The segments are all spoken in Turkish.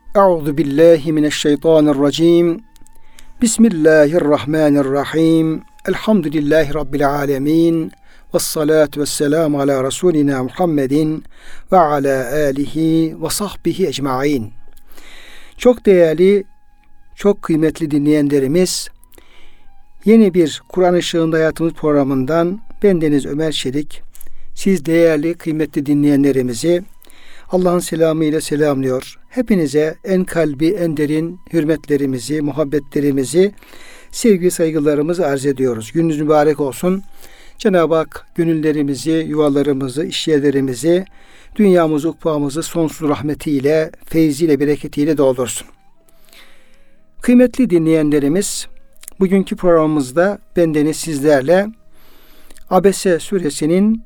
Euzu billahi mineşşeytanirracim. Bismillahirrahmanirrahim. Elhamdülillahi Rabbil alemin. Vessalatu vesselamu ala Resulina Muhammedin ve ala alihi ve sahbihi ecmain. Çok değerli, çok kıymetli dinleyenlerimiz, yeni bir Kur'an Işığında Hayatımız programından bendeniz Ömer Çelik, siz değerli, kıymetli dinleyenlerimizi Allah'ın selamıyla selamlıyor. Hepinize en kalbi, en derin hürmetlerimizi, muhabbetlerimizi, sevgi, saygılarımızı arz ediyoruz. Gününüz mübarek olsun. Cenab-ı Hak gönüllerimizi, yuvalarımızı, işyerlerimizi, dünyamızı, ukbağımızı sonsuz rahmetiyle, feyziyle, bereketiyle doldursun. Kıymetli dinleyenlerimiz, bugünkü programımızda bendeniz sizlerle Abese suresinin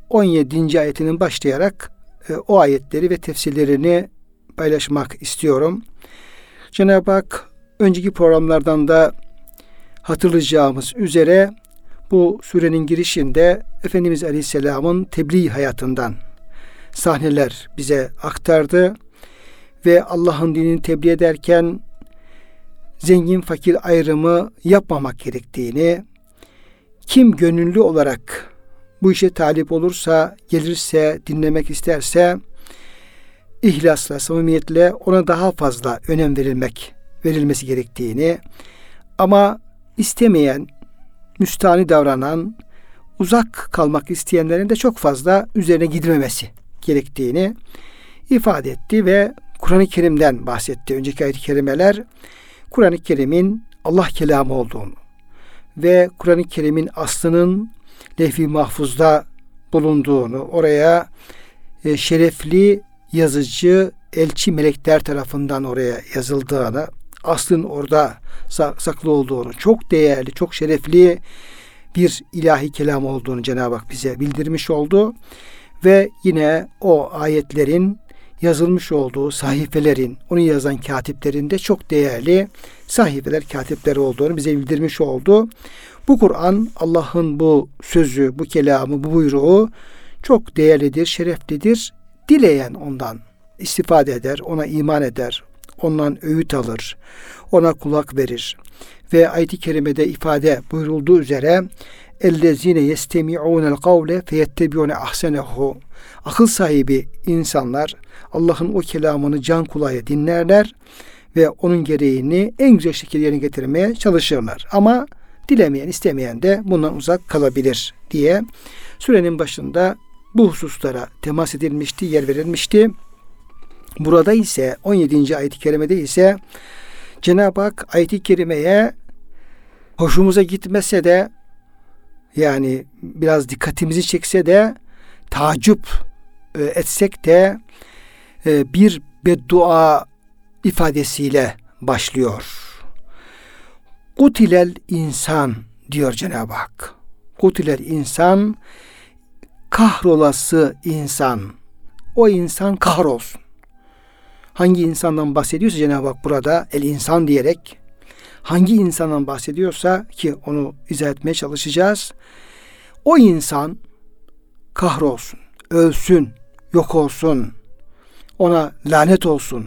17. ayetinin başlayarak o ayetleri ve tefsirlerini paylaşmak istiyorum. Cenab-ı Hak önceki programlardan da hatırlayacağımız üzere bu surenin girişinde Efendimiz Aleyhisselam'ın tebliğ hayatından sahneler bize aktardı ve Allah'ın dinini tebliğ ederken zengin fakir ayrımı yapmamak gerektiğini, kim gönüllü olarak bu işe talip olursa, gelirse, dinlemek isterse ihlasla, samimiyetle ona daha fazla önem verilmesi gerektiğini, ama istemeyen, müstahni davranan, uzak kalmak isteyenlerin de çok fazla üzerine gidilmemesi gerektiğini ifade etti ve Kur'an-ı Kerim'den bahsetti. Önceki ayet-i kerimeler Kur'an-ı Kerim'in Allah kelamı olduğunu ve Kur'an-ı Kerim'in aslının Levh-i Mahfuz'da bulunduğunu, oraya şerefli yazıcı, elçi melekler tarafından oraya yazıldığını, aslın orada saklı olduğunu, çok değerli, çok şerefli bir ilahi kelam olduğunu Cenab-ı Hak bize bildirmiş oldu. Ve yine o ayetlerin yazılmış olduğu sahifelerin, onu yazan katiplerin de çok değerli sahifeler, katipleri olduğunu bize bildirmiş oldu. Bu Kur'an, Allah'ın bu sözü, bu kelamı, bu buyruğu çok değerlidir, şereflidir. Dileyen ondan istifade eder, ona iman eder, ondan öğüt alır, ona kulak verir. Ve ayet-i kerimede ifade buyurulduğu üzere اَلَّذ۪ينَ يَسْتَمِعُونَ الْقَوْلَ فَيَتَّبِعُونَ اَحْسَنَهُ. Akıl sahibi insanlar Allah'ın o kelamını can kulağıyla dinlerler ve onun gereğini en güzel şekilde yerine getirmeye çalışırlar. Ama dilemeyen, istemeyen de bundan uzak kalabilir diye surenin başında bu hususlara temas edilmişti, yer verilmişti. Burada ise 17. ayet-i kerimede ise Cenab-ı Hak ayet-i kerimeye hoşumuza gitmese de, yani biraz dikkatimizi çekse de, tacip etsek de bir beddua ifadesiyle başlıyor. Kutilel insan diyor Cenab-ı Hak. Kutilel insan, kahrolası insan. O insan kahrolsun. Hangi insandan bahsediyorsa Cenab-ı Hak burada el insan diyerek, hangi insandan bahsediyorsa ki onu izah etmeye çalışacağız, o insan kahrolsun, ölsün, yok olsun, ona lanet olsun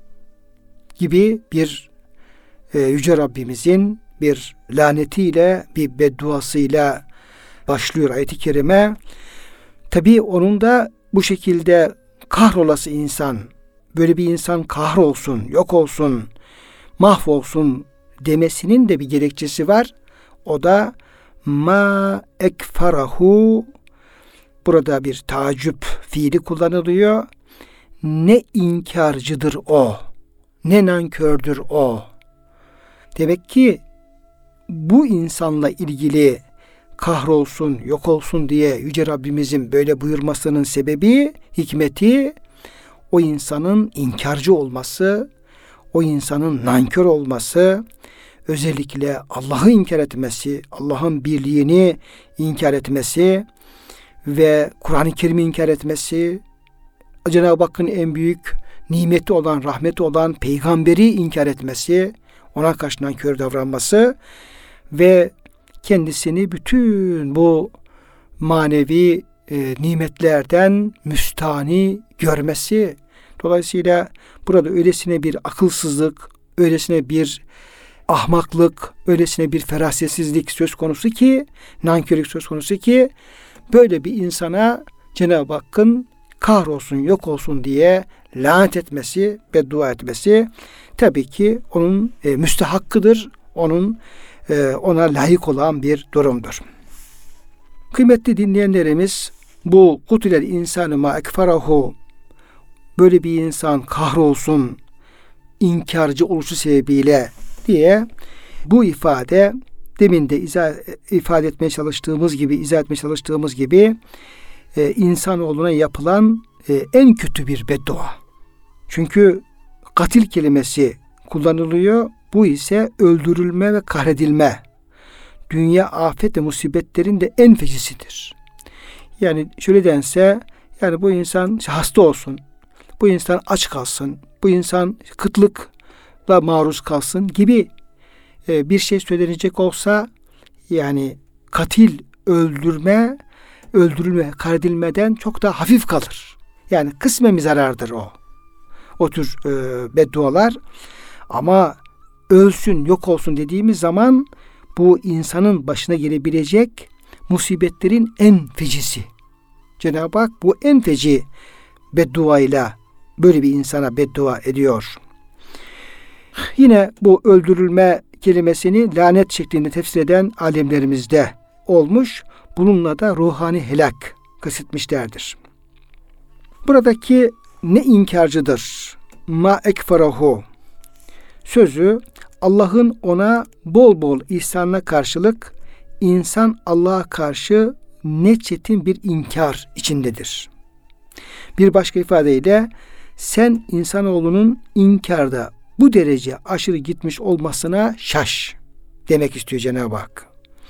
gibi bir Yüce Rabbimizin bir lanetiyle, bir bedduasıyla başlıyor ayet-i kerime. Tabii onun da bu şekilde kahrolası insan, böyle bir insan kahrolsun, yok olsun, mahvolsun demesinin de bir gerekçesi var. O da ma ekfarahu, burada bir tacip fiili kullanılıyor. Ne inkarcıdır o, ne nankördür o. Demek ki bu insanla ilgili kahrolsun, yok olsun diye Yüce Rabbimizin böyle buyurmasının sebebi, hikmeti, o insanın inkarcı olması, o insanın nankör olması, özellikle Allah'ı inkar etmesi, Allah'ın birliğini inkar etmesi ve Kur'an-ı Kerim'i inkar etmesi, Cenab-ı Hakk'ın en büyük nimeti olan, rahmeti olan peygamberi inkar etmesi, ona karşı nankör davranması ve kendisini bütün bu manevi nimetlerden müstani görmesi. Dolayısıyla burada öylesine bir akılsızlık, öylesine bir ahmaklık, öylesine bir ferasetsizlik söz konusu ki, nankörlük söz konusu ki, böyle bir insana Cenab-ı Hakk'ın kahrolsun, yok olsun diye lanet etmesi, beddua etmesi tabii ki onun müstehakkıdır. Ona layık olan bir durumdur. Kıymetli dinleyenlerimiz, bu kutilel insanı ma ekferahu, böyle bir insan kahrolsun, inkarcı oluşu sebebiyle diye bu ifade demin de izah etmeye çalıştığımız gibi insanoğluna yapılan en kötü bir beddua. Çünkü katil kelimesi kullanılıyor. Bu ise öldürülme ve kahredilme. Dünya afet ve musibetlerin de en fecisidir. Yani şöyle dense, yani bu insan hasta olsun, bu insan aç kalsın, bu insan kıtlıkla maruz kalsın gibi bir şey söylenecek olsa, yani katil öldürülme, kahredilmeden çok daha hafif kalır. Yani kısmen bir zarardır o. O tür beddualar. Ama ölsün, yok olsun dediğimiz zaman bu insanın başına gelebilecek musibetlerin en fecisi. Cenab-ı Hak bu en feci bedduayla böyle bir insana beddua ediyor. Yine bu öldürülme kelimesini lanet şeklinde tefsir eden alimlerimizde olmuş. Bununla da ruhani helak kastetmişlerdir. Buradaki ne inkarcıdır? Ma ekferahu sözü Allah'ın ona bol bol ihsanına karşılık insan Allah'a karşı ne çetin bir inkar içindedir. Bir başka ifadeyle sen insanoğlunun inkarda bu derece aşırı gitmiş olmasına şaş demek istiyor Cenab-ı Hak.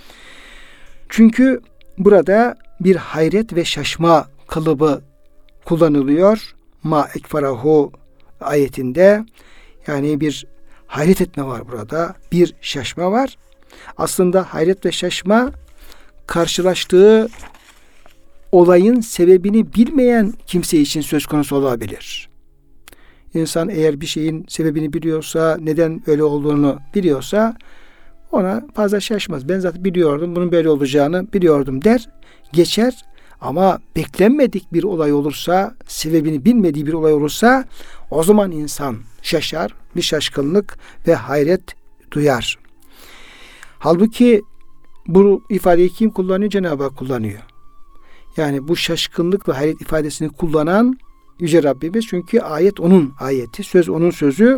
Çünkü burada bir hayret ve şaşma kalıbı kullanılıyor. Ma ekferahu ayetinde, yani bir hayret etme var burada, bir şaşma var. Aslında hayret ve şaşma karşılaştığı olayın sebebini bilmeyen kimse için söz konusu olabilir. İnsan eğer bir şeyin sebebini biliyorsa, neden öyle olduğunu biliyorsa ona fazla şaşmaz. Ben zaten biliyordum, bunun böyle olacağını biliyordum der, geçer. Ama beklenmedik bir olay olursa, sebebini bilmediği bir olay olursa o zaman insan şaşar, bir şaşkınlık ve hayret duyar. Halbuki bu ifadeyi kim kullanıyor? Cenab-ı Hak kullanıyor. Yani bu şaşkınlık ve hayret ifadesini kullanan Yüce Rabbimiz, çünkü ayet onun ayeti, söz onun sözü.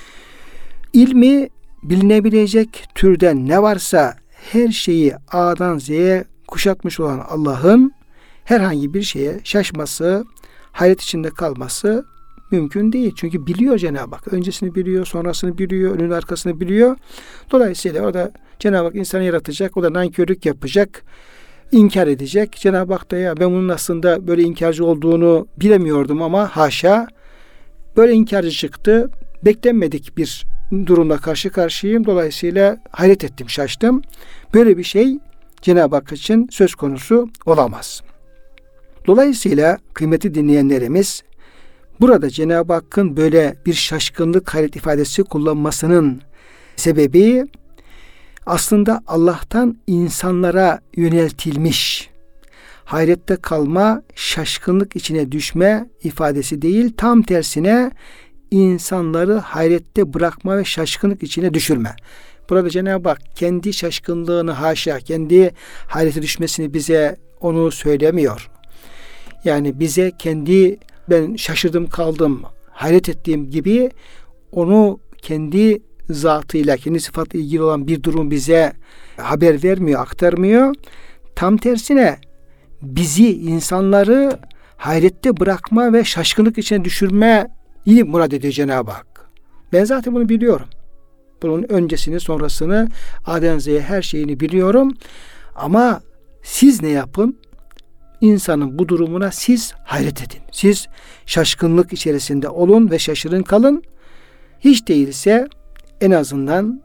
İlmi bilinebilecek türden ne varsa her şeyi A'dan Z'ye kuşatmış olan Allah'ın herhangi bir şeye şaşması, hayret içinde kalması mümkün değil. Çünkü biliyor Cenab-ı Hak. Öncesini biliyor, sonrasını biliyor, önünü arkasını biliyor. Dolayısıyla o da Cenab-ı Hak insanı yaratacak, o da nankörlük yapacak, inkar edecek. Cenab-ı Hak da ya ben bunun aslında böyle inkarcı olduğunu bilemiyordum ama haşa böyle inkarcı çıktı. Beklenmedik bir durumla karşı karşıyayım. Dolayısıyla hayret ettim, şaştım. Böyle bir şey Cenab-ı Hak için söz konusu olamaz. Dolayısıyla kıymetli dinleyenlerimiz, burada Cenab-ı Hakk'ın böyle bir şaşkınlık, hayret ifadesi kullanmasının sebebi aslında Allah'tan insanlara yöneltilmiş hayrette kalma, şaşkınlık içine düşme ifadesi değil, tam tersine insanları hayrette bırakma ve şaşkınlık içine düşürme. Burada Cenab-ı Hak kendi şaşkınlığını haşa, kendi hayrete düşmesini bize onu söylemiyor. Yani bize kendi ben şaşırdım kaldım, hayret ettiğim gibi onu kendi zatıyla, kendi sıfatla ilgili olan bir durum bize haber vermiyor, aktarmıyor. Tam tersine bizi, insanları hayrette bırakma ve şaşkınlık içine düşürmeyi murad ediyor Cenab-ı Hak. Ben zaten bunu biliyorum. Bunun öncesini, sonrasını, A'dan Z'ye her şeyini biliyorum. Ama siz ne yapın? İnsanın bu durumuna siz hayret edin. Siz şaşkınlık içerisinde olun ve şaşırın kalın. Hiç değilse en azından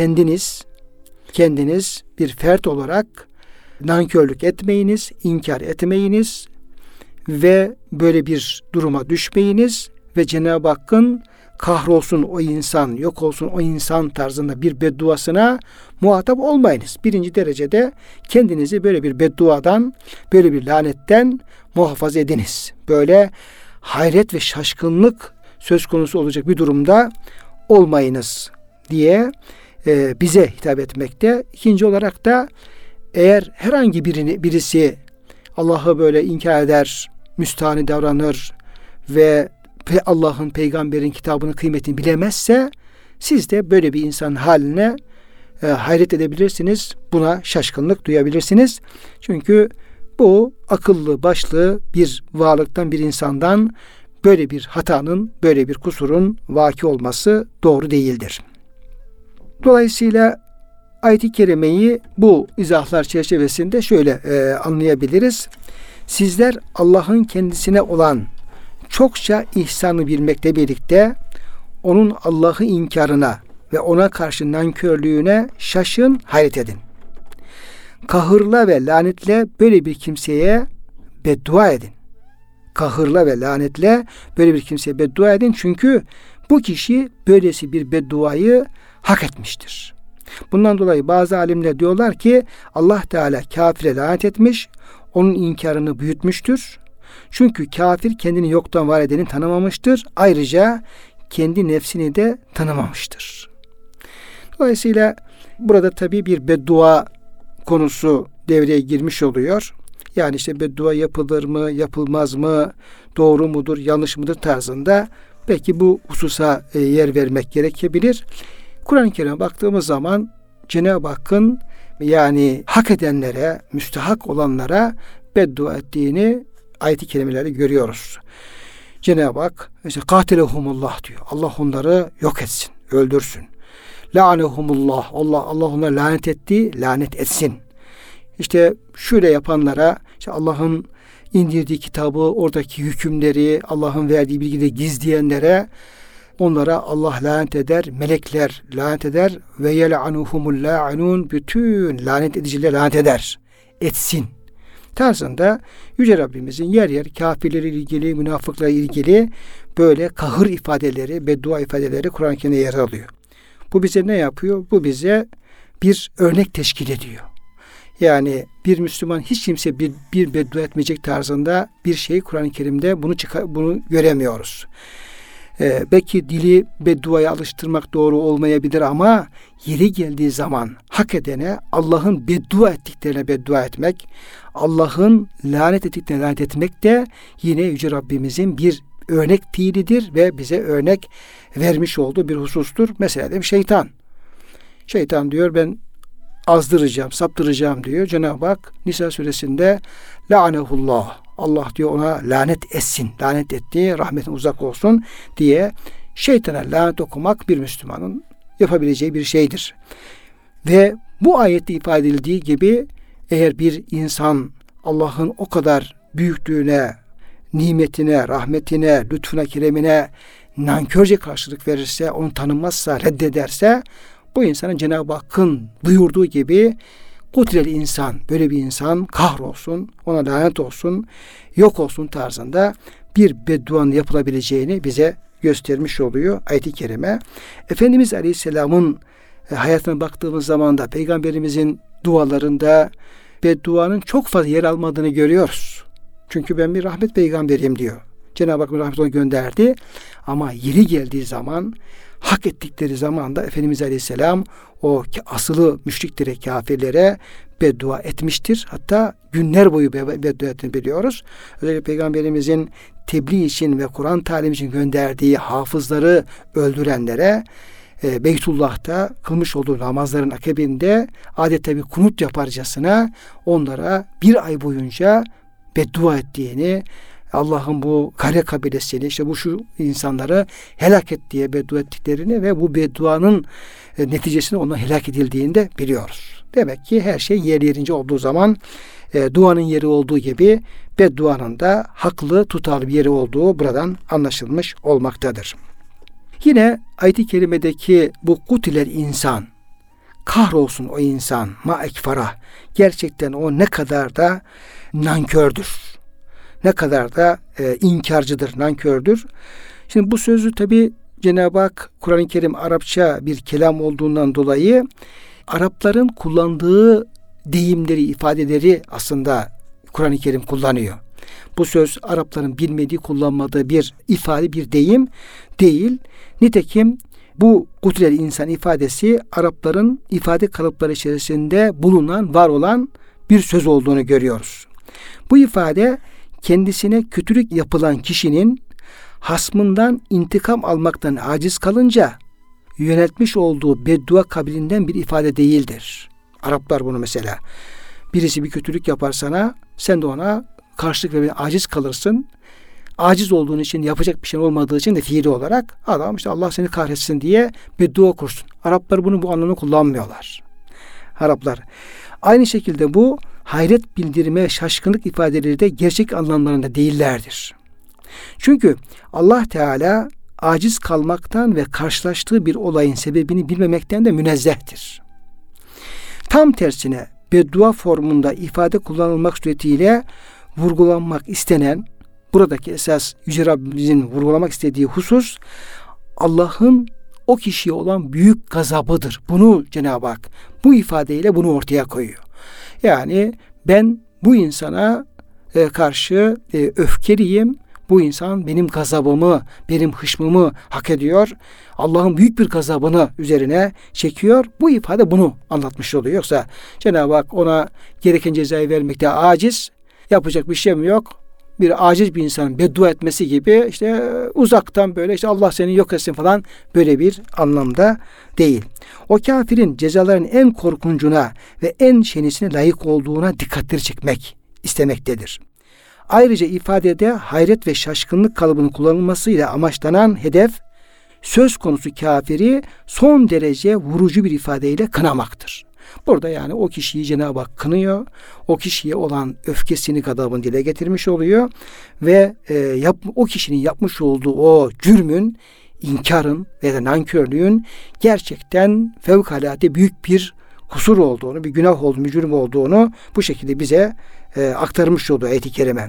kendiniz bir fert olarak nankörlük etmeyiniz, inkar etmeyiniz ve böyle bir duruma düşmeyiniz ve Cenab-ı Hakk'ın kahrolsun o insan, yok olsun o insan tarzında bir bedduasına muhatap olmayınız. Birinci derecede kendinizi böyle bir bedduadan, böyle bir lanetten muhafaza ediniz. Böyle hayret ve şaşkınlık söz konusu olacak bir durumda olmayınız diye bize hitap etmekte. İkinci olarak da eğer herhangi birisi Allah'ı böyle inkar eder, müstahni davranır ve Allah'ın, peygamberin kitabının kıymetini bilemezse siz de böyle bir insan haline hayret edebilirsiniz. Buna şaşkınlık duyabilirsiniz. Çünkü bu akıllı başlı bir varlıktan, bir insandan böyle bir hatanın, böyle bir kusurun vaki olması doğru değildir. Dolayısıyla ayet-i kerimeyi bu izahlar çerçevesinde şöyle anlayabiliriz. Sizler Allah'ın kendisine olan çokça ihsanı bilmekle birlikte onun Allah'ı inkarına ve ona karşı nankörlüğüne şaşın, hayret edin. Kahırla ve lanetle böyle bir kimseye beddua edin. Kahırla ve lanetle böyle bir kimseye beddua edin. Çünkü bu kişi böylesi bir bedduayı hak etmiştir. Bundan dolayı bazı alimler diyorlar ki Allah Teala kafire lanet etmiş, onun inkarını büyütmüştür. Çünkü kafir kendini yoktan var edeni tanımamıştır. Ayrıca kendi nefsini de tanımamıştır. Dolayısıyla burada tabii bir beddua konusu devreye girmiş oluyor. Yani işte beddua yapılır mı, yapılmaz mı, doğru mudur, yanlış mıdır tarzında belki bu hususa yer vermek gerekebilir. Kur'an-ı Kerim'e baktığımız zaman Cenab-ı Hakk'ın yani hak edenlere, müstahak olanlara beddua ettiğini ayet-i kerimelerde görüyoruz. Cenab-ı Hak işte katilehumullah diyor. Allah onları yok etsin, öldürsün. La'anehumullah. Allah onlara lanet etti, lanet etsin. İşte şöyle yapanlara, işte Allah'ın indirdiği kitabı, oradaki hükümleri, Allah'ın verdiği bilgileri gizleyenlere onlara Allah lanet eder, melekler lanet eder ve yel'anuhumul la'inun, bütün lanet ediciler lanet eder. Etsin tarzında Yüce Rabbimizin yer yer kafirleri ilgili, münafıkla ilgili böyle kahır ifadeleri, beddua ifadeleri Kur'an-ı Kerim'de yer alıyor. Bu bize ne yapıyor? Bu bize bir örnek teşkil ediyor. Yani bir Müslüman hiç kimse bir beddua etmeyecek tarzında bir şey Kur'an-ı Kerim'de bunu göremiyoruz. Belki dili bedduaya alıştırmak doğru olmayabilir ama yeri geldiği zaman hak edene Allah'ın beddua ettiklerine beddua etmek, Allah'ın lanet ettiklerine lanet etmek de yine Yüce Rabbimizin bir örnek fiilidir ve bize örnek vermiş olduğu bir husustur. Mesela de şeytan. Şeytan diyor ben azdıracağım, saptıracağım diyor. Cenab-ı Hak Nisa suresinde la'anehullah. Allah diyor ona lanet etsin. Lanet etti, rahmetin uzak olsun diye şeytana lanet okumak bir Müslümanın yapabileceği bir şeydir. Ve bu ayette ifade edildiği gibi eğer bir insan Allah'ın o kadar büyüklüğüne, nimetine, rahmetine, lütfuna, keremine nankörce karşılık verirse, onu tanımazsa, reddederse bu insanın Cenab-ı Hakk'ın buyurduğu gibi kutilel insan, böyle bir insan kahrolsun, ona lanet olsun, yok olsun tarzında bir bedduanın yapılabileceğini bize göstermiş oluyor ayet-i kerime. Efendimiz Aleyhisselam'ın hayatına baktığımız zaman da Peygamberimizin dualarında bedduanın çok fazla yer almadığını görüyoruz. Çünkü ben bir rahmet peygamberiyim diyor. Cenab-ı Hak rahmet onu gönderdi. Ama yeri geldiği zaman, hak ettikleri zaman da Efendimiz Aleyhisselam o asılı müşriklere, kafirlere beddua etmiştir. Hatta günler boyu beddua ettiğini biliyoruz. Özellikle Peygamberimizin tebliğ için ve Kur'an talimi için gönderdiği hafızları öldürenlere Beytullah'ta kılmış olduğu namazların akabinde adeta bir kunut yaparcasına onlara bir ay boyunca beddua ettiğini, Allah'ın bu kare kabilesini, işte bu şu insanları helak et diye beddua ettiklerini ve bu bedduanın neticesinde onun helak edildiğini de biliyoruz. Demek ki her şey yer yerince olduğu zaman duanın yeri olduğu gibi bedduanın da haklı, tutarlı bir yeri olduğu buradan anlaşılmış olmaktadır. Yine ayet-i kerimedeki bu kutiler insan, kahrolsun o insan, ma ekfara, gerçekten o ne kadar da nankördür. Ne kadar da inkarcıdır, nankördür. Şimdi bu sözü tabi Cenab-ı Hak Kur'an-ı Kerim Arapça bir kelam olduğundan dolayı Arapların kullandığı deyimleri, ifadeleri aslında Kur'an-ı Kerim kullanıyor. Bu söz Arapların bilmediği, kullanmadığı bir ifade, bir deyim değil. Nitekim bu kutilel insan ifadesi Arapların ifade kalıpları içerisinde bulunan, var olan bir söz olduğunu görüyoruz. Bu ifade kendisine kötülük yapılan kişinin hasmından intikam almaktan aciz kalınca yöneltmiş olduğu beddua kabilinden bir ifade değildir. Araplar bunu mesela, birisi bir kötülük yapar sana, sen de ona karşılık vermeye aciz kalırsın. Aciz olduğun için, yapacak bir şey olmadığı için de fiili olarak adam işte Allah seni kahretsin diye beddua okursun. Araplar bunu bu anlamda kullanmıyorlar. Araplar. Aynı şekilde bu hayret bildirme, şaşkınlık ifadeleri de gerçek anlamlarında değillerdir. Çünkü Allah Teala aciz kalmaktan ve karşılaştığı bir olayın sebebini bilmemekten de münezzehtir. Tam tersine beddua formunda ifade kullanılmak suretiyle vurgulanmak istenen, buradaki esas Yüce Rabbimizin vurgulamak istediği husus Allah'ın o kişiye olan büyük gazabıdır. Bunu Cenab-ı Hak bu ifadeyle bunu ortaya koyuyor. Yani ben bu insana karşı öfkeliyim. Bu insan benim gazabımı, benim hışmımı hak ediyor. Allah'ın büyük bir gazabını üzerine çekiyor. Bu ifade bunu anlatmış oluyor. Yoksa Cenab-ı Hak ona gereken cezayı vermekte aciz. Yapacak bir şeyim yok. Bir aciz bir insanın beddua etmesi gibi işte uzaktan böyle işte Allah seni yok etsin falan, böyle bir anlamda değil. O kafirin cezaların en korkuncuna ve en şenisine layık olduğuna dikkatleri çekmek istemektedir. Ayrıca ifadede hayret ve şaşkınlık kalıbının kullanılmasıyla amaçlanan hedef söz konusu kafiri son derece vurucu bir ifadeyle kınamaktır. Burada yani o kişiyi Cenab-ı Hak kınıyor. O kişiye olan öfkesini, gadabını dile getirmiş oluyor ve o kişinin yapmış olduğu o cürmün, inkarın ve de nankörlüğün gerçekten fevkalade büyük bir kusur olduğunu, bir günah olduğunu, bir cürüm olduğunu bu şekilde bize aktarmış olduğu ayet-i kerime.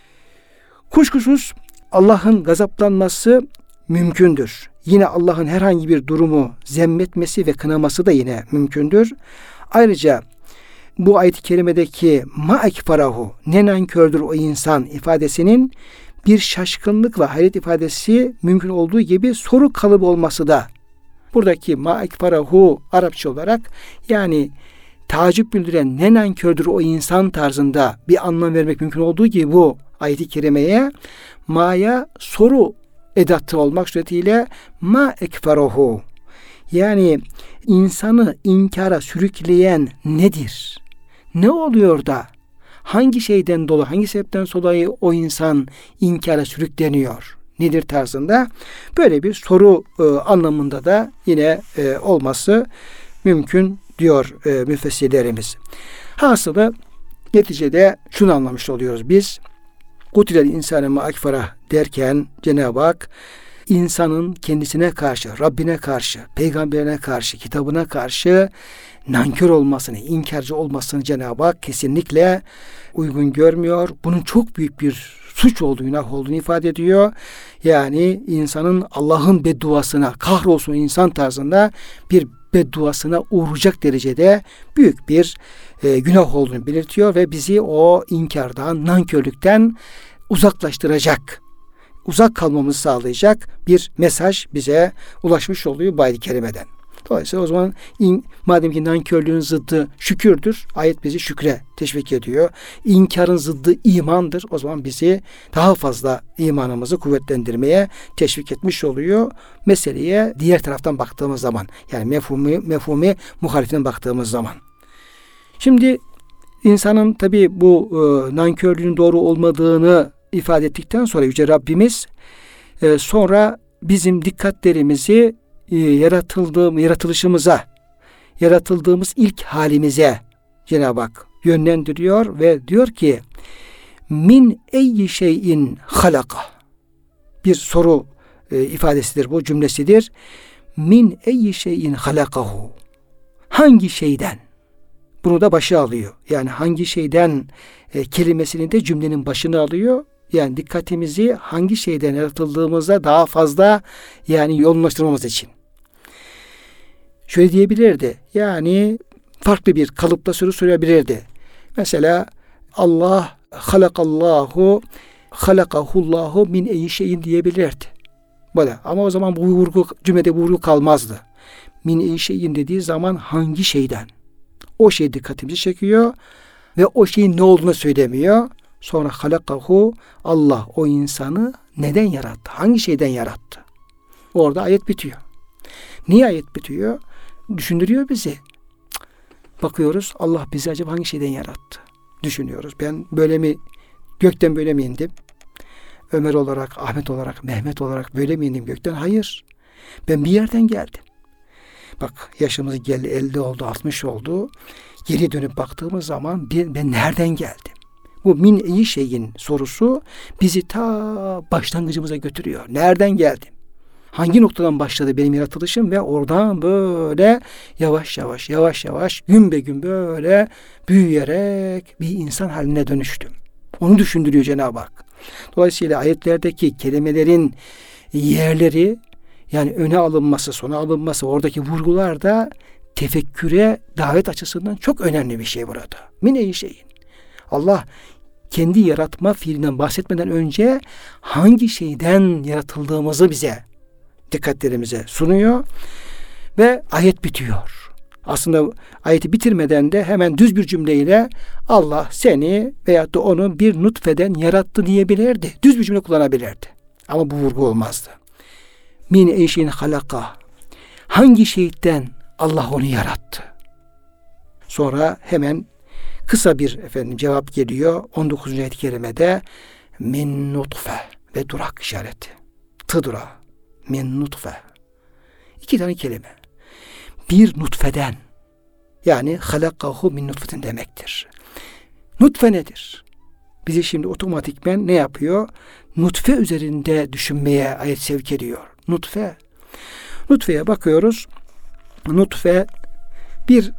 Kuşkusuz Allah'ın gazaplanması mümkündür. Yine Allah'ın herhangi bir durumu zemmetmesi ve kınaması da yine mümkündür. Ayrıca bu ayet-i kerimedeki ma ekfarahu, ne nankördür o insan ifadesinin bir şaşkınlık ve hayret ifadesi mümkün olduğu gibi soru kalıbı olması da buradaki ma ekfarahu Arapça olarak yani tacip bildiren ne nankördür o insan tarzında bir anlam vermek mümkün olduğu gibi bu ayet-i kerimeye ma'ya soru edatı olmak suretiyle ma ekferahu, yani insanı inkara sürükleyen nedir? Ne oluyor da hangi şeyden dolayı, hangi sebepten dolayı o insan inkara sürükleniyor? Nedir tarzında böyle bir soru anlamında da yine olması mümkün diyor müfessirlerimiz. Hasılı neticede şunu anlamış oluyoruz biz. Kutilel insane ma ekferah derken Cenab-ı Hak insanın kendisine karşı, Rabbine karşı, peygamberine karşı, kitabına karşı nankör olmasını, inkarcı olmasını Cenab-ı Hak kesinlikle uygun görmüyor. Bunun çok büyük bir suç olduğu, günah olduğunu ifade ediyor. Yani insanın Allah'ın bedduasına, kahrolsun insan tarzında bir bedduasına uğrayacak derecede büyük bir günah olduğunu belirtiyor ve bizi o inkardan, nankörlükten uzaklaştıracak, uzak kalmamızı sağlayacak bir mesaj bize ulaşmış oluyor bu ayet-i kerimeden. Dolayısıyla o zaman madem ki nankörlüğün zıddı şükürdür, ayet bizi şükre teşvik ediyor. İnkarın zıddı imandır. O zaman bizi daha fazla imanımızı kuvvetlendirmeye teşvik etmiş oluyor. Meseleye diğer taraftan baktığımız zaman, yani mefhumi muhaliften baktığımız zaman. Şimdi insanın tabii bu nankörlüğün doğru olmadığını ifade ettikten sonra Yüce Rabbimiz sonra bizim dikkatlerimizi yaratılışımıza, yaratıldığımız ilk halimize Cenab-ı Hak yönlendiriyor ve diyor ki min eyyi şeyin halaka, bir soru ifadesidir, bu cümlesidir. Min eyyi şeyin halakahu, hangi şeyden, bunu da başa alıyor. Yani hangi şeyden kelimesini de cümlenin başına alıyor. Yani dikkatimizi hangi şeyden yaratıldığımıza daha fazla yoğunlaştırmamız için. Şöyle diyebilirdi. Yani farklı bir kalıpta soru sorabilirdi. Mesela Allah halakahullahu min eyyi şeyin diyebilirdi. Böyle. Ama o zaman cümlede bu vurgu kalmazdı. Min eyyi şeyin dediği zaman hangi şeyden? O şey dikkatimizi çekiyor ve o şeyin ne olduğunu söylemiyor. Sonra halakahu, Allah o insanı neden yarattı? Hangi şeyden yarattı? Orada ayet bitiyor. Niye ayet bitiyor? Düşündürüyor bizi. Bakıyoruz, Allah bizi acaba hangi şeyden yarattı? Düşünüyoruz. Ben gökten böyle mi indim? Ömer olarak, Ahmet olarak, Mehmet olarak böyle mi indim gökten? Hayır. Ben bir yerden geldim. Bak, yaşımız geldi, 50 oldu, 60 oldu. Geri dönüp baktığımız zaman ben nereden geldim? Bu min eyyi şeyin sorusu bizi ta başlangıcımıza götürüyor. Nereden geldim? Hangi noktadan başladı benim yaratılışım ve oradan böyle yavaş yavaş gün be gün böyle büyüyerek bir insan haline dönüştüm. Onu düşündürüyor Cenab-ı Hak. Dolayısıyla ayetlerdeki kelimelerin yerleri, yani öne alınması, sona alınması, oradaki vurgular da tefekküre davet açısından çok önemli bir şey burada. Min eyyi şeyin. Allah kendi yaratma fiilinden bahsetmeden önce hangi şeyden yaratıldığımızı bize, dikkatlerimize sunuyor ve ayet bitiyor. Aslında ayeti bitirmeden de hemen düz bir cümleyle Allah seni veyahut da onu bir nutfeden yarattı diyebilirdi. Düz bir cümle kullanabilirdi. Ama bu vurgu olmazdı. Min eşin halaka. Hangi şeyden Allah onu yarattı? Sonra hemen kısa bir cevap geliyor. 19. ayet-i kerimede min nutfe ve durak işareti. Tıdra. Min nutfe. 2 tane kelime. Bir nutfeden, yani halakahu min nutfetin demektir. Nutfe nedir? Bizi şimdi otomatikmen ne yapıyor? Nutfe üzerinde düşünmeye ayet sevk ediyor. Nutfe. Nutfeye bakıyoruz. Nutfe bir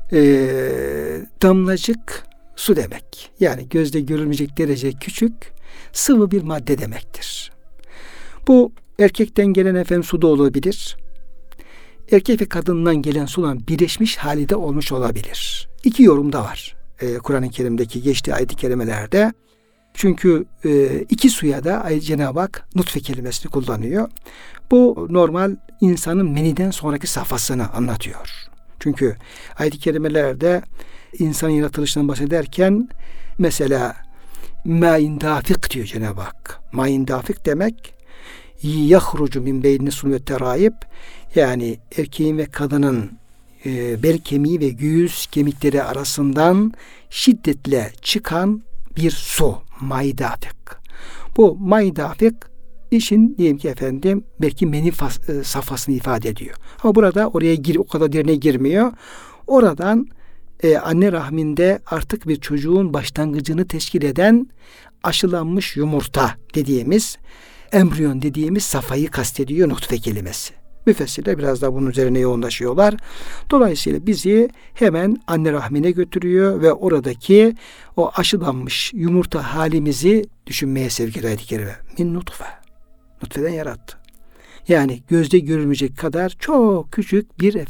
damlacık su demek. Yani gözde görülmeyecek derece küçük sıvı bir madde demektir. Bu erkekten gelen su da olabilir. Erkek ve kadından gelen sulan birleşmiş hali de olmuş olabilir. 2 yorum da var Kur'an-ı Kerim'deki geçtiği ayet-i kerimelerde. Çünkü 2 suya da Cenab-ı Hak nutfe kelimesini kullanıyor. Bu normal insanın meniden sonraki safhasını anlatıyor. Çünkü ayet-i kerimelerde insan yaratılışından bahsederken mesela mâin dâfik diyor Cenab-ı Hak. Mâin dâfik demek yahrucu min beyni sulm ve terayip, yani erkeğin ve kadının bel kemiği ve göğüs kemikleri arasından şiddetle çıkan bir su. Mâi dâfik. Bu mâi dâfik işin diyelim ki belki meni safhasını ifade ediyor. Ama burada o kadar derine girmiyor. Oradan anne rahminde artık bir çocuğun başlangıcını teşkil eden aşılanmış yumurta dediğimiz, embriyon dediğimiz safhayı kastediyor nutfe kelimesi. Müfessirler biraz daha bunun üzerine yoğunlaşıyorlar. Dolayısıyla bizi hemen anne rahmine götürüyor ve oradaki o aşılanmış yumurta halimizi düşünmeye sevk ediyor ayet-i kerime. Min nutfe. Nutfeden yarattı. Yani gözde görülmeyecek kadar çok küçük bir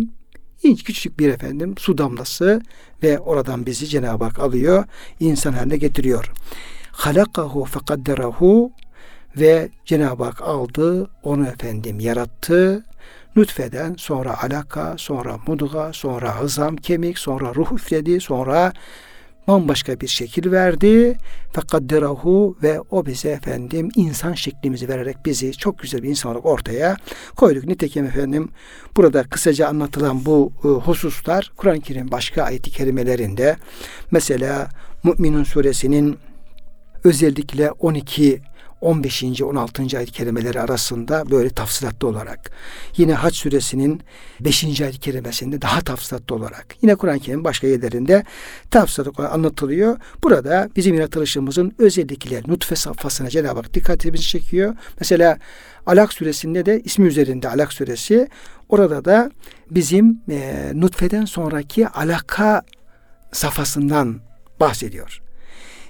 küçük bir su damlası ve oradan bizi Cenab-ı Hak alıyor, insan haline getiriyor. Halakahu fekadderahu, ve Cenab-ı Hak aldı, onu yarattı. Nutfeden sonra alaka, sonra mudga, sonra hızam, kemik, sonra ruh üfledi, sonra bambaşka bir şekil verdi. Fekadderahu, ve o bize insan şeklimizi vererek bizi çok güzel bir insan olarak ortaya koyduk. Nitekim burada kısaca anlatılan bu hususlar Kur'an-ı Kerim başka ayet-i kerimelerinde, mesela Mü'minun suresinin özellikle 12, 15. 16. ayet-i kerimeleri arasında böyle tafsilatlı olarak, yine Hac suresinin 5. ayet-i kerimesinde daha tafsilatlı olarak, yine Kur'an-ı Kerim başka yerlerinde tafsilatlı olarak anlatılıyor. Burada bizim yaratılışımızın özellikle nutfe safhasına Cenab-ı Hak dikkatimizi çekiyor. Mesela Alak suresinde de ismi üzerinde Alak suresi, orada da bizim nutfeden sonraki alaka safhasından bahsediyor.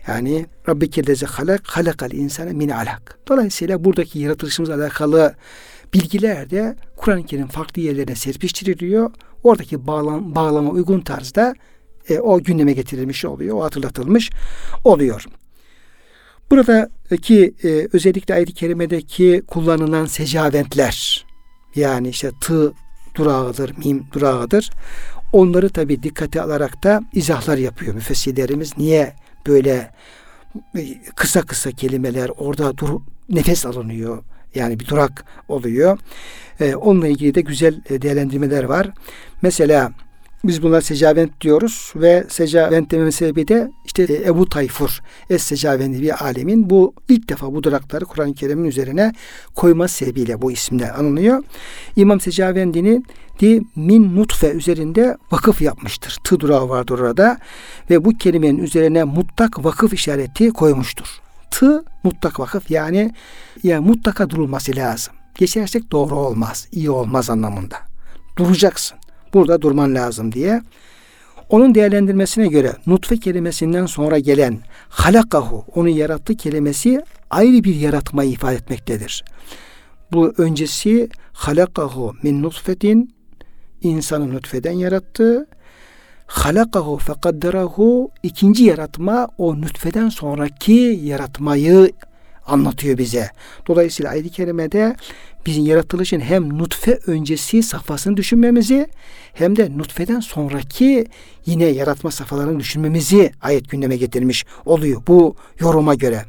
Yani Rabbikellezi halakal insane min alak. Dolayısıyla buradaki yaratılışımızla alakalı bilgiler de Kur'an-ı Kerim farklı yerlerine serpiştiriliyor. Oradaki bağlama uygun tarzda o gündeme getirilmiş oluyor, o hatırlatılmış oluyor. Buradaki özellikle ayet-i kerimedeki kullanılan secaventler, yani işte tı durağıdır, mim durağıdır. Onları tabi dikkate alarak da izahlar yapıyor müfessirlerimiz. Niye böyle kısa kısa kelimeler orada nefes alınıyor, yani bir durak oluyor. Onunla ilgili de güzel değerlendirmeler var. Mesela biz bunlar secavent diyoruz ve secavent dememin sebebi de işte Ebu Tayfur Es-Secavendi bir alemin bu ilk defa bu durakları Kur'an-ı Kerim'in üzerine koyması sebebiyle bu isimle anılıyor. İmam Secavendi'nin min nutfe üzerinde vakıf yapmıştır. Tı durağı vardır orada ve bu kelimenin üzerine mutlak vakıf işareti koymuştur. Tı mutlak vakıf, yani mutlaka durulması lazım. Geçersek doğru olmaz, iyi olmaz anlamında. Duracaksın. Burada durman lazım diye. Onun değerlendirmesine göre nutfe kelimesinden sonra gelen halakahu, onu yarattı kelimesi ayrı bir yaratmayı ifade etmektedir. Bu öncesi halakahu min nutfetin, insanı nutfeden yarattı. Halakahu fekadderahu, ikinci yaratma o nutfeden sonraki yaratmayı anlatıyor bize. Dolayısıyla ayet-i kerimede bizim yaratılışın hem nutfe öncesi safhasını düşünmemizi hem de nutfeden sonraki yine yaratma safhalarını düşünmemizi ayet gündeme getirmiş oluyor bu yoruma göre.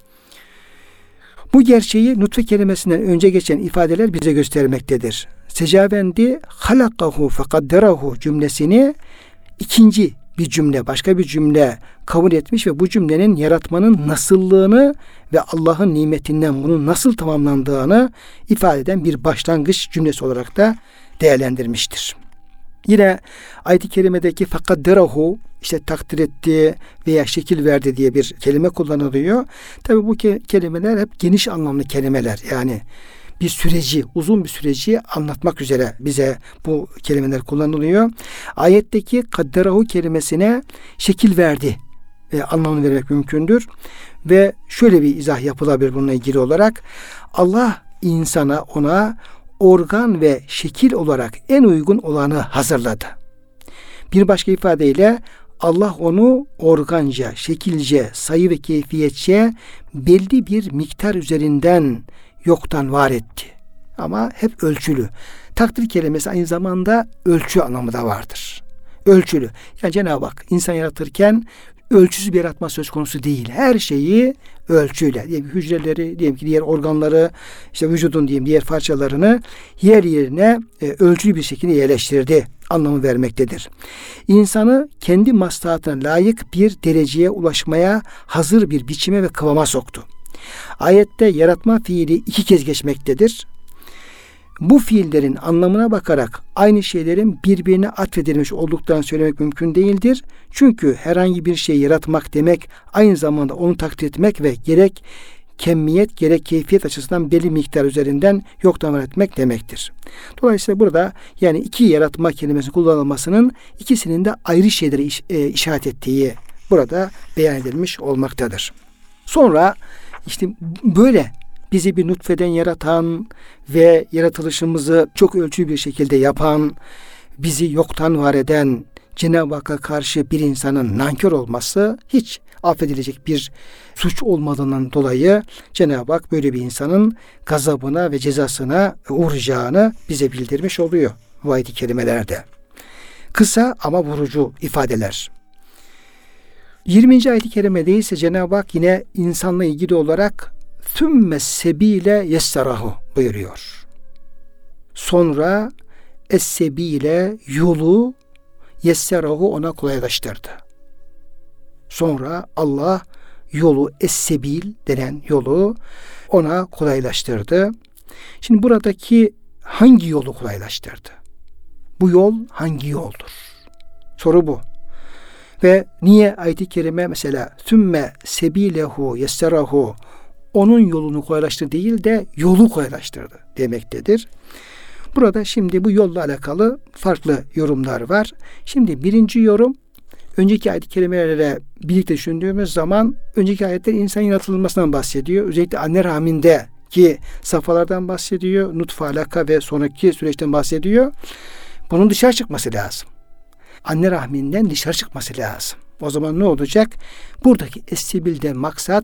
Bu gerçeği nutfe kelimesinden önce geçen ifadeler bize göstermektedir. Secavendi halakahu fekadderahu cümlesini ikinci bir cümle, başka bir cümle kabul etmiş ve bu cümlenin yaratmanın nasıllığını ve Allah'ın nimetinden bunun nasıl tamamlandığını ifade eden bir başlangıç cümlesi olarak da değerlendirmiştir. Yine ayet-i kerimedeki fekadderahu, işte takdir etti veya şekil verdi diye bir kelime kullanılıyor. Tabi bu kelimeler hep geniş anlamlı kelimeler. Yani bir süreci, uzun bir süreci anlatmak üzere bize bu kelimeler kullanılıyor. Ayetteki kadderahu kelimesine şekil verdi anlamını vermek mümkündür. Ve şöyle bir izah yapılabilir bununla ilgili olarak. Allah insana, ona organ ve şekil olarak en uygun olanı hazırladı. Bir başka ifadeyle Allah onu organca, şekilce, sayı ve keyfiyetçe belli bir miktar üzerinden yoktan var etti. Ama hep ölçülü. Takdir kelimesi aynı zamanda ölçü anlamı da vardır. Ölçülü. Yani Cenab-ı Hak insan yaratırken ölçüsüz bir yaratma söz konusu değil. Her şeyi ölçüyle. Diyelim ki hücreleri, diyelim ki diğer organları, işte vücudun diyeyim diğer parçalarını yer yerine ölçülü bir şekilde yerleştirdi anlamı vermektedir. İnsanı kendi maslahatına layık bir dereceye ulaşmaya hazır bir biçime ve kıvama soktu. Ayette yaratma fiili 2 kez geçmektedir. Bu fiillerin anlamına bakarak aynı şeylerin birbirine atfedilmiş olduklarını söylemek mümkün değildir. Çünkü herhangi bir şey yaratmak demek aynı zamanda onu takdir etmek ve gerek kemmiyet gerek keyfiyet açısından belli miktar üzerinden yoktan var etmek demektir. Dolayısıyla burada yani 2 yaratma kelimesi kullanılmasının ikisinin de ayrı şeyleri işaret ettiği burada beyan edilmiş olmaktadır. Sonra işte böyle bizi bir nutfeden yaratan ve yaratılışımızı çok ölçülü bir şekilde yapan, bizi yoktan var eden Cenab-ı Hakk'a karşı bir insanın nankör olması hiç affedilecek bir suç olmadığından dolayı Cenab-ı Hak böyle bir insanın gazabına ve cezasına uğrayacağını bize bildirmiş oluyor bu ayet-i kerimelerde. Kısa ama vurucu ifadeler. 20. ayet-i kerimede ise Cenab-ı Hak yine insanla ilgili olarak ثُمَّ السَّب۪يلَ يَسَّرَهُ buyuruyor. Sonra es-sebile yolu yesserahu ona kolaylaştırdı. Sonra Allah yolu es-sebil denen yolu ona kolaylaştırdı. Şimdi buradaki hangi yolu kolaylaştırdı? Bu yol hangi yoldur? Soru bu. Ve niye ayet-i kerime mesela ثُمَّ سَب۪يلَهُ yesserahu onun yolunu kolaylaştırdı değil de yolu kolaylaştırdı demektedir. Burada şimdi bu yolla alakalı farklı yorumlar var. Şimdi birinci yorum önceki ayet-i kerimelerle birlikte düşündüğümüz zaman önceki ayetler insan yaratılmasından bahsediyor. Özellikle anne rahmindeki safhalardan bahsediyor. Nutfe, alaka ve sonraki süreçten bahsediyor. Bunun dışarı çıkması lazım. Anne rahminden dışarı çıkması lazım. O zaman ne olacak? Buradaki estebilden maksat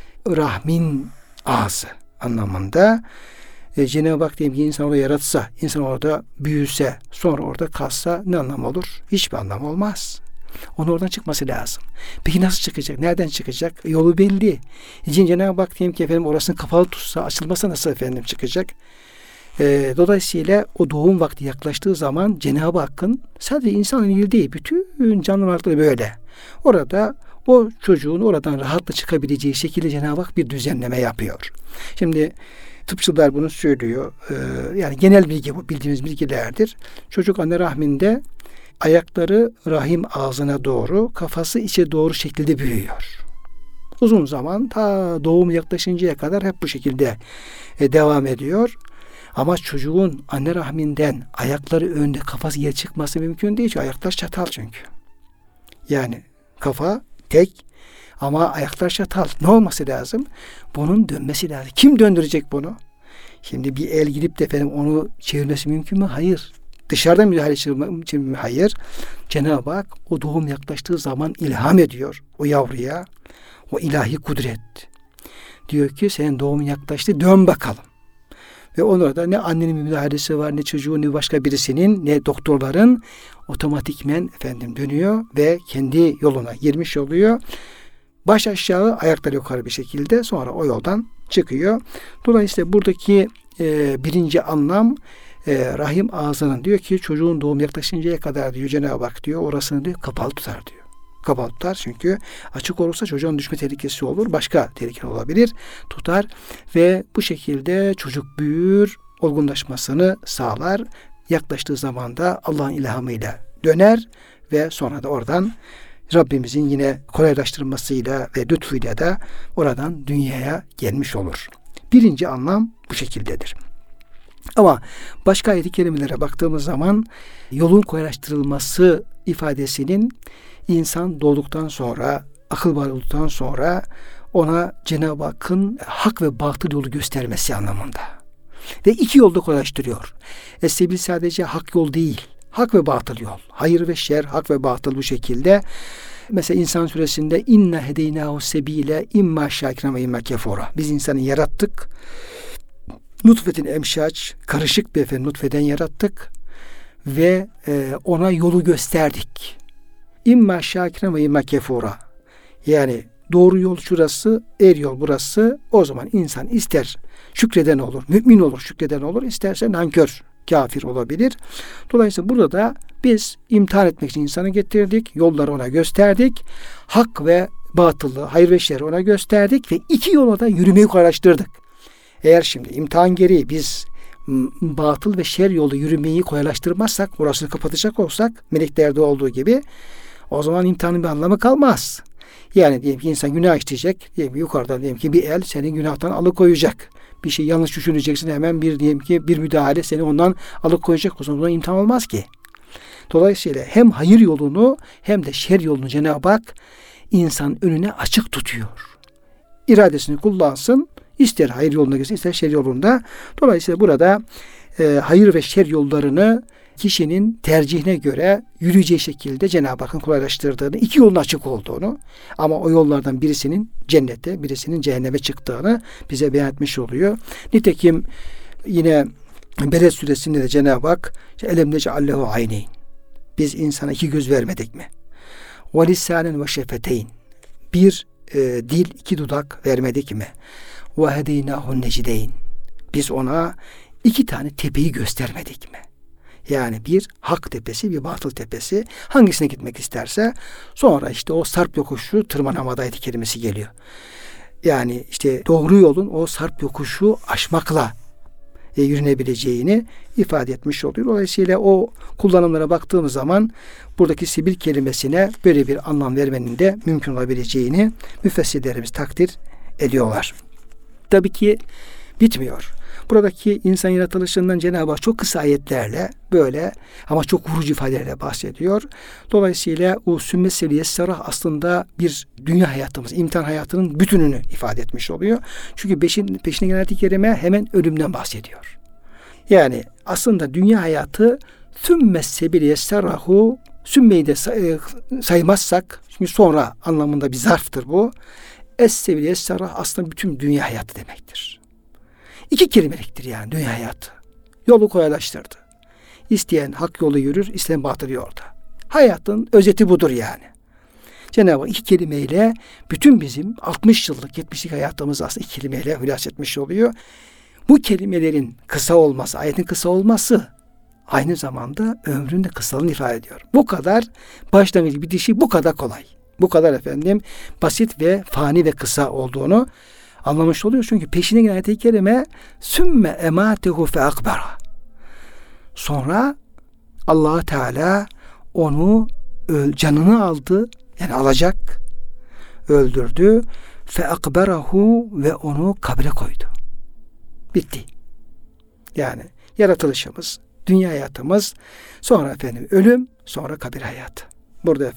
rahmin ağzı anlamında. Cenab-ı Hak diyelim ki insan orada yaratsa, insan orada büyüse, sonra orada kalsa ne anlam olur? Hiçbir anlam olmaz. Onun oradan çıkması lazım. Peki nasıl çıkacak? Nereden çıkacak? Yolu belli. Cenab-ı Hak diyelim ki efendim orasını kapalı tutsa, açılmasa nasıl efendim çıkacak? Dolayısıyla o doğum vakti yaklaştığı zaman Cenab-ı Hakk'ın sadece insanın ilgili değil, bütün canlı varlıkları böyle. Orada o çocuğun oradan rahatla çıkabileceği şekilde Cenab-ı Hak bir düzenleme yapıyor. Şimdi tıpçılar bunu söylüyor. Yani genel bilgi bu, bildiğimiz bilgilerdir. Çocuk anne rahminde ayakları rahim ağzına doğru, kafası içe doğru şekilde büyüyor. Uzun zaman ta doğum yaklaşıncaya kadar hep bu şekilde devam ediyor. Ama çocuğun anne rahminden ayakları önde, kafası yere çıkması mümkün değil. Çünkü ayaklar çatal çünkü. Yani kafa tek ama ayaklar çatal. Ne olması lazım? Bunun dönmesi lazım. Kim döndürecek bunu? Şimdi bir el gidip de efendim onu çevirmesi mümkün mü? Hayır. Dışarıdan müdahale için mi? Hayır. Cenab-ı Hak o doğum yaklaştığı zaman ilham ediyor o yavruya. O ilahi kudret. Diyor ki senin doğumun yaklaştı, dön bakalım. Ve orada ne annenin müdahalesi var, ne çocuğun, ne başka birisinin, ne doktorların, otomatikmen efendim dönüyor ve kendi yoluna girmiş oluyor. Baş aşağı, ayaklar yukarı bir şekilde sonra o yoldan çıkıyor. Dolayısıyla buradaki birinci anlam rahim ağzının, diyor ki çocuğun doğum yaklaşıncaya kadar diyor Cenab-ı Hak diyor orasını diyor kapalı tutar diyor. Kapalı tutar çünkü açık olursa çocuğun düşme tehlikesi olur. Başka tehlike olabilir. Tutar ve bu şekilde çocuk büyür, olgunlaşmasını sağlar. Yaklaştığı zaman da Allah'ın ilhamıyla döner ve sonra da oradan Rabbimizin yine kolaylaştırmasıyla ve lütfuyla da oradan dünyaya gelmiş olur. Birinci anlam bu şekildedir. Ama başka ayet-i kerimelere baktığımız zaman yolun kolaylaştırılması ifadesinin insan doğduktan sonra, akıl var olduktan sonra ona Cenab-ı Hakk'ın hak ve batıl yolu göstermesi anlamında. Ve iki yolda kolaylaştırıyor. Es-sebil sadece hak yol değil, hak ve batıl yol. Hayır ve şer, hak ve batıl bu şekilde. Mesela İnsan Suresi'nde inna hedeynahu sebile imma şakiran ve imma kefura. Biz insanı yarattık. Nutfetin emşaç, karışık bir nutfeden yarattık ve ona yolu gösterdik. İmma şakiran ve imma kefura. Yani doğru yol şurası, er yol burası. O zaman insan ister şükreden olur, mümin olur, şükreden olur, isterse nankör, kafir olabilir. Dolayısıyla burada da biz imtihan etmek için insanı getirdik, yolları ona gösterdik. Hak ve batılı, hayır ve şerri ona gösterdik ve iki yola da yürümeyi kolaylaştırdık. Eğer şimdi imtihan gereği biz batıl ve şer yolu yürümeyi kolaylaştırmazsak, orasını kapatacak olsak, meleklerde olduğu gibi, o zaman imtihanın bir anlamı kalmaz. Yani diyelim ki insan günah işleyecek, diyelim ki yukarıdan diyelim ki bir el seni günahtan alıkoyacak. Bir şey yanlış düşüneceksin, hemen diyelim ki bir müdahale seni ondan alıkoyacak. O zaman imtihan olmaz ki. Dolayısıyla hem hayır yolunu hem de şer yolunu Cenab-ı Hak insan önüne açık tutuyor. İradesini kullansın, ister hayır yoluna gitsin, ister şer yolunda. Dolayısıyla burada hayır ve şer yollarını kişinin tercihine göre yürüyeceği şekilde Cenab-ı Hakk'ın kolaylaştırdığını, iki yolun açık olduğunu ama o yollardan birisinin cennete, birisinin cehenneme çıktığını bize beyan etmiş oluyor. Nitekim yine Beled suresinde de Cenab-ı Hak elem nec'allehu ayneyn. Biz insana iki göz vermedik mi? Ve lisanen ve şefeteyn. Bir dil, iki dudak vermedik mi? Ve hedeynâhun necdeyn. Biz ona iki tane tepeyi göstermedik mi? Yani bir hak tepesi, bir batıl tepesi. Hangisine gitmek isterse sonra işte o sarp yokuşu tırmanamada ayet-i kerimesi geliyor. Yani işte doğru yolun o sarp yokuşu aşmakla yürünebileceğini ifade etmiş oluyor. Dolayısıyla o kullanımlara baktığımız zaman buradaki sebil kelimesine böyle bir anlam vermenin de mümkün olabileceğini müfessirlerimiz takdir ediyorlar. Tabii ki bitmiyor. Buradaki insan yaratılışından Cenab-ı Hak çok kısa ayetlerle böyle ama çok vurucu ifadelerle bahsediyor. Dolayısıyla o sümme seviyesi sarah aslında bir dünya hayatımız, imtihan hayatının bütününü ifade etmiş oluyor. Çünkü peşine gelen ayet-i kerime hemen ölümden bahsediyor. Yani aslında dünya hayatı sümme sebiliye sarrahu, sümmeyi de saymazsak, çünkü sonra anlamında bir zarftır bu. Es-sebiliye sarrah aslında bütün dünya hayatı demektir. 2 kelimeliktir yani dünya hayatı. Yolu kolaylaştırdı. İsteyen hak yolu yürür, isteyen batıl yolda. Hayatın özeti budur yani. Cenab-ı Hak 2 kelimeyle bütün bizim 60 yıllık, 70'lik hayatımızı aslında 2 kelimeyle hülas etmiş oluyor. Bu kelimelerin kısa olması, ayetin kısa olması aynı zamanda ömrün de kısalığını ifade ediyor. Bu kadar başlangıç bitişi bu kadar kolay. Bu kadar basit ve fani ve kısa olduğunu anlamış oluyor. Çünkü peşine gelen ayet-i kerime sümme ematehu fe akbara. Sonra Allah Teala onu canını aldı. Yani alacak. Öldürdü. Fe akbarahu ve onu kabre koydu. Bitti. Yani yaratılışımız, dünya hayatımız, sonra ölüm, sonra kabir hayatı. Burada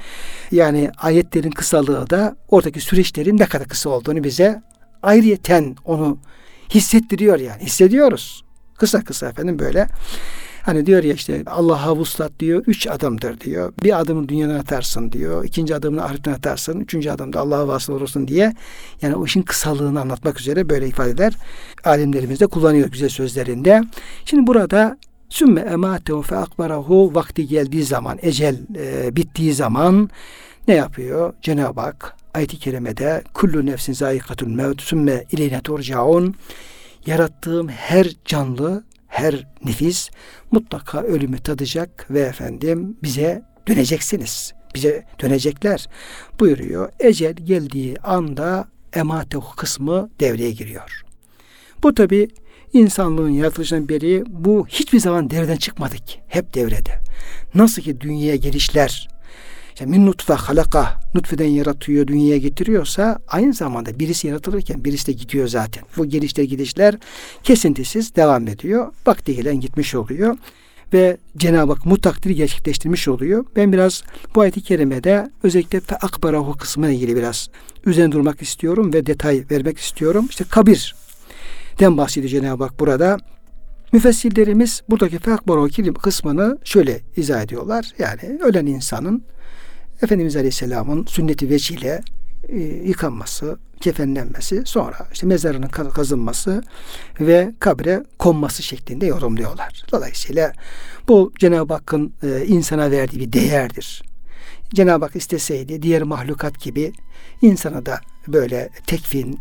yani ayetlerin kısalığı da oradaki süreçlerin ne kadar kısa olduğunu bize ayrıyeten onu hissettiriyor yani. Hissediyoruz. Kısa böyle. Hani diyor ya işte Allah'a vuslat diyor 3 adımdır diyor. Bir adımı dünyadan atarsın diyor. 2. adımını ahiretten atarsın. 3. adımda Allah'a vasıl olursun diye. Yani o işin kısalığını anlatmak üzere böyle ifadeler alimlerimiz de kullanıyor güzel sözlerinde. Şimdi burada sümme ematehu fe akbarahu vakti geldiği zaman, ecel bittiği zaman ne yapıyor? Cenab-ı Hak ayet-i kerimede kullu nefsin zâikatul mevt sümme ileyne turcaun, yarattığım her canlı, her nefis mutlaka ölümü tadacak ve bize döneceksiniz. Bize dönecekler buyuruyor. Ecel geldiği anda ematehu kısmı devreye giriyor. Bu tabi insanlığın yaratılışından beri bu hiçbir zaman devreden çıkmadı ki. Hep devrede. Nasıl ki dünyaya gelişler, işte min nutfe halaka, nutfeden yaratıyor, dünyaya getiriyorsa aynı zamanda birisi yaratılırken birisi de gidiyor zaten. Bu gidişler kesintisiz devam ediyor. Vakti gelen gitmiş oluyor. Ve Cenab-ı Hak mutakdiri gerçekleştirmiş oluyor. Ben biraz bu ayet-i kerimede özellikle fe akbarahu kısmına ilgili biraz üzerine durmak istiyorum ve detay vermek istiyorum. İşte kabirden bahsediyor Cenab-ı Hak burada. Müfessirlerimiz buradaki fe akbarahu kısmını şöyle izah ediyorlar. Yani ölen insanın Efendimiz Aleyhisselam'ın sünneti vecihle yıkanması, kefenlenmesi, sonra işte mezarının kazınması ve kabre konması şeklinde yorumluyorlar. Dolayısıyla bu Cenab-ı Hakk'ın insana verdiği bir değerdir. Cenab-ı Hak isteseydi diğer mahlukat gibi insana da böyle tekfin,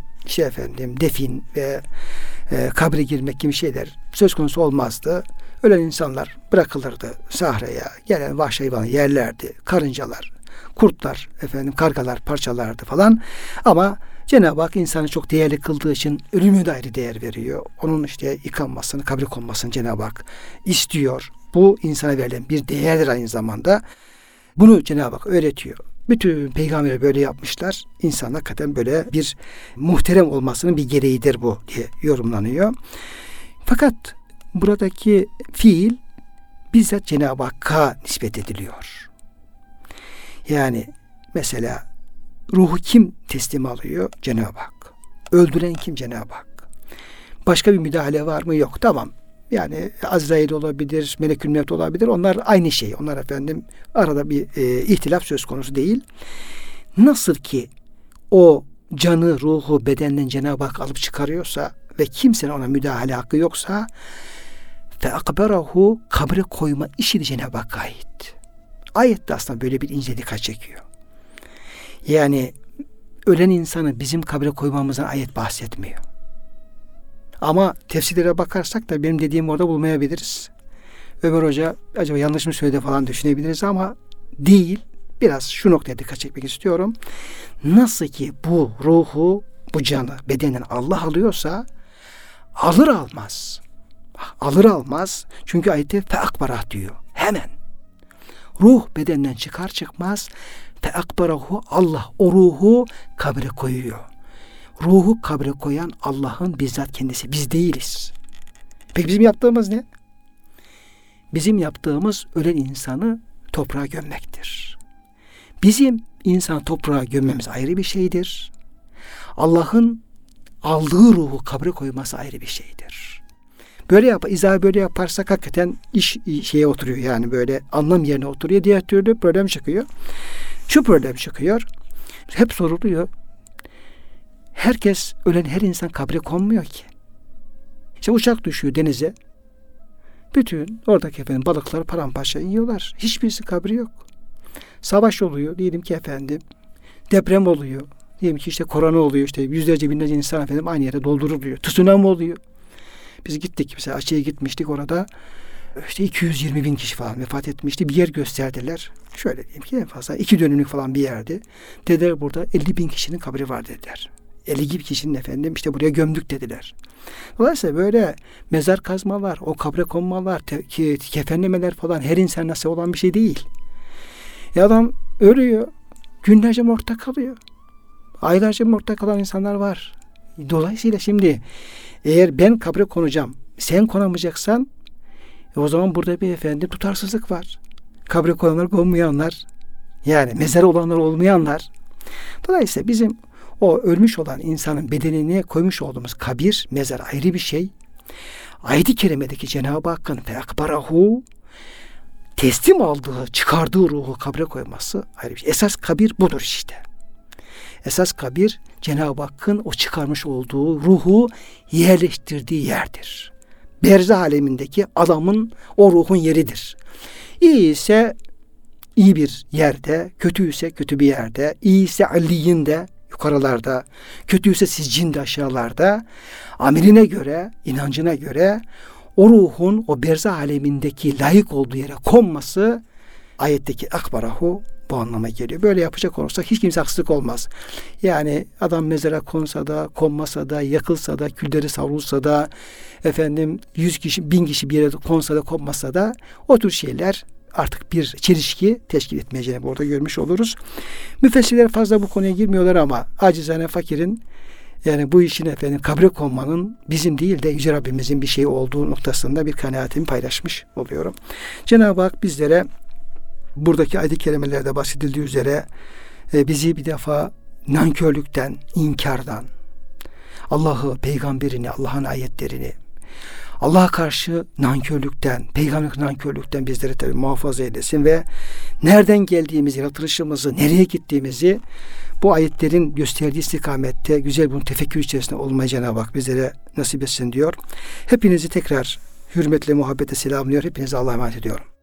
defin ve kabre girmek gibi şeyler söz konusu olmazdı. Ölen insanlar bırakılırdı sahraya, gelen vahşi hayvanı yerlerdi, karıncalar, kurtlar, kargalar parçalardı falan. Ama Cenab-ı Hak insanı çok değerli kıldığı için ölümü de ayrı değer veriyor. Onun işte yıkanmasını, kabre konmasını Cenab-ı Hak istiyor. Bu insana verilen bir değerdir aynı zamanda. Bunu Cenab-ı Hak öğretiyor. Bütün peygamberler böyle yapmışlar. İnsan hakikaten böyle bir muhterem olmasının bir gereğidir bu diye yorumlanıyor. Fakat buradaki fiil bizzat Cenab-ı Hakk'a nispet ediliyor. Yani mesela ruhu kim teslim alıyor? Cenab-ı Hak. Öldüren kim? Cenab-ı Hak. Başka bir müdahale var mı? Yok. Tamam. Yani Azrail olabilir, Melekül Mevt olabilir. Onlar aynı şey. Onlar arada bir ihtilaf söz konusu değil. Nasıl ki o canı, ruhu, bedenden Cenab-ı Hak alıp çıkarıyorsa ve kimsenin ona müdahale hakkı yoksa fe akberahu, kabre koyma işi de Cenab-ı Hakk'a ait. Ayette aslında böyle bir ince dikkat çekiyor. Yani ölen insanı bizim kabre koymamızdan ayet bahsetmiyor. Ama tefsirlere bakarsak da benim dediğim orada bulmayabiliriz. Ömer Hoca acaba yanlış mı söyledi falan düşünebiliriz ama değil. Biraz şu noktaya dikkat çekmek istiyorum. Nasıl ki bu ruhu, bu canı bedenen Allah alıyorsa alır almaz. Çünkü ayette fe akbarah diyor. Hemen. Ruh bedenden çıkar çıkmaz fe akbarahu, Allah o ruhu kabre koyuyor. ruhu kabre koyan Allah'ın bizzat kendisi. Biz değiliz. Peki bizim yaptığımız ne? Bizim yaptığımız ölen insanı toprağa gömmektir. Bizim insan toprağa gömmemiz ayrı bir şeydir. Allah'ın aldığı ruhu kabre koyması ayrı bir şeydir. Böyle yaparsak hakikaten iş şeye oturuyor, yani böyle anlam yerine oturuyor. Diğer türlü problem çıkıyor. Şu problem çıkıyor. Hep soruluyor. Ölen her insan kabre konmuyor ki. İşte uçak düşüyor denize. Bütün oradaki balıklar paramparça yiyorlar. Hiçbirisi kabri yok. Savaş oluyor. Diyelim ki deprem oluyor. Diyelim ki korona oluyor. Yüzlerce binlerce insan aynı yere dolduruluyor. Tsunami oluyor. Biz gittik mesela, Acı'ya gitmiştik, orada 220 bin kişi falan vefat etmişti. Bir yer gösterdiler. Şöyle diyeyim ki en fazla 2 dönümlük falan bir yerdi. Dediler burada 50 bin kişinin kabri var dediler. 50 gibi kişinin buraya gömdük dediler. Dolayısıyla böyle mezar kazmalar, o kabre konmalar, kefenlemeler falan her insan nasıl olan bir şey değil. Adam ölüyor, günlerce morgda kalıyor. Aylarca morgda kalan insanlar var. Dolayısıyla şimdi eğer ben kabre konacağım, sen konamayacaksan o zaman burada bir tutarsızlık var. Kabre konanlar, konmayanlar, yani mezarı olanlar, olmayanlar. Dolayısıyla bizim o ölmüş olan insanın bedenine koymuş olduğumuz kabir, mezar ayrı bir şey. Ayet-i kerimedeki Cenab-ı Hakk'ın feakbarahu, teslim aldığı, çıkardığı ruhu kabre koyması ayrı bir şey. Esas kabir budur işte. Esas kabir Cenab-ı Hakk'ın o çıkarmış olduğu ruhu yerleştirdiği yerdir. Berzah alemindeki adamın o ruhun yeridir. İyi ise iyi bir yerde, kötü ise kötü bir yerde, iyi ise alliyinde, yukarılarda, kötü ise siccinde, aşağılarda, ameline göre, inancına göre o ruhun o berzah alemindeki layık olduğu yere konması ayetteki akbarahu bu anlama geliyor. Böyle yapacak olursak hiç kimse haksızlık olmaz. Yani adam mezara konsa da, konmasa da, yakılsa da, külleri savrulsa da, 100 kişi, 1000 kişi bir yere konsa da, konmasa da o tür şeyler artık bir çelişki teşkil etmeyeceğini burada görmüş oluruz. Müfessirler fazla bu konuya girmiyorlar ama acizane fakirin bu işin kabre konmanın bizim değil de Yüce Rabbimizin bir şeyi olduğu noktasında bir kanaatimi paylaşmış oluyorum. Cenab-ı Hak bizlere buradaki ayet-i kerimelerde bahsedildiği üzere bizi bir defa nankörlükten, inkardan, Allah'ı, peygamberini, Allah'ın ayetlerini, Allah'a karşı nankörlükten, peygamber nankörlükten bizleri tabii muhafaza eylesin ve nereden geldiğimizi, yaratılışımızı, nereye gittiğimizi bu ayetlerin gösterdiği istikamette güzel bir tefekkür içerisinde olmayı Cenab-ı Hak bizlere nasip etsin diyor. Hepinizi tekrar hürmetle, muhabbetle selamlıyor. Hepinize Allah'a emanet ediyorum.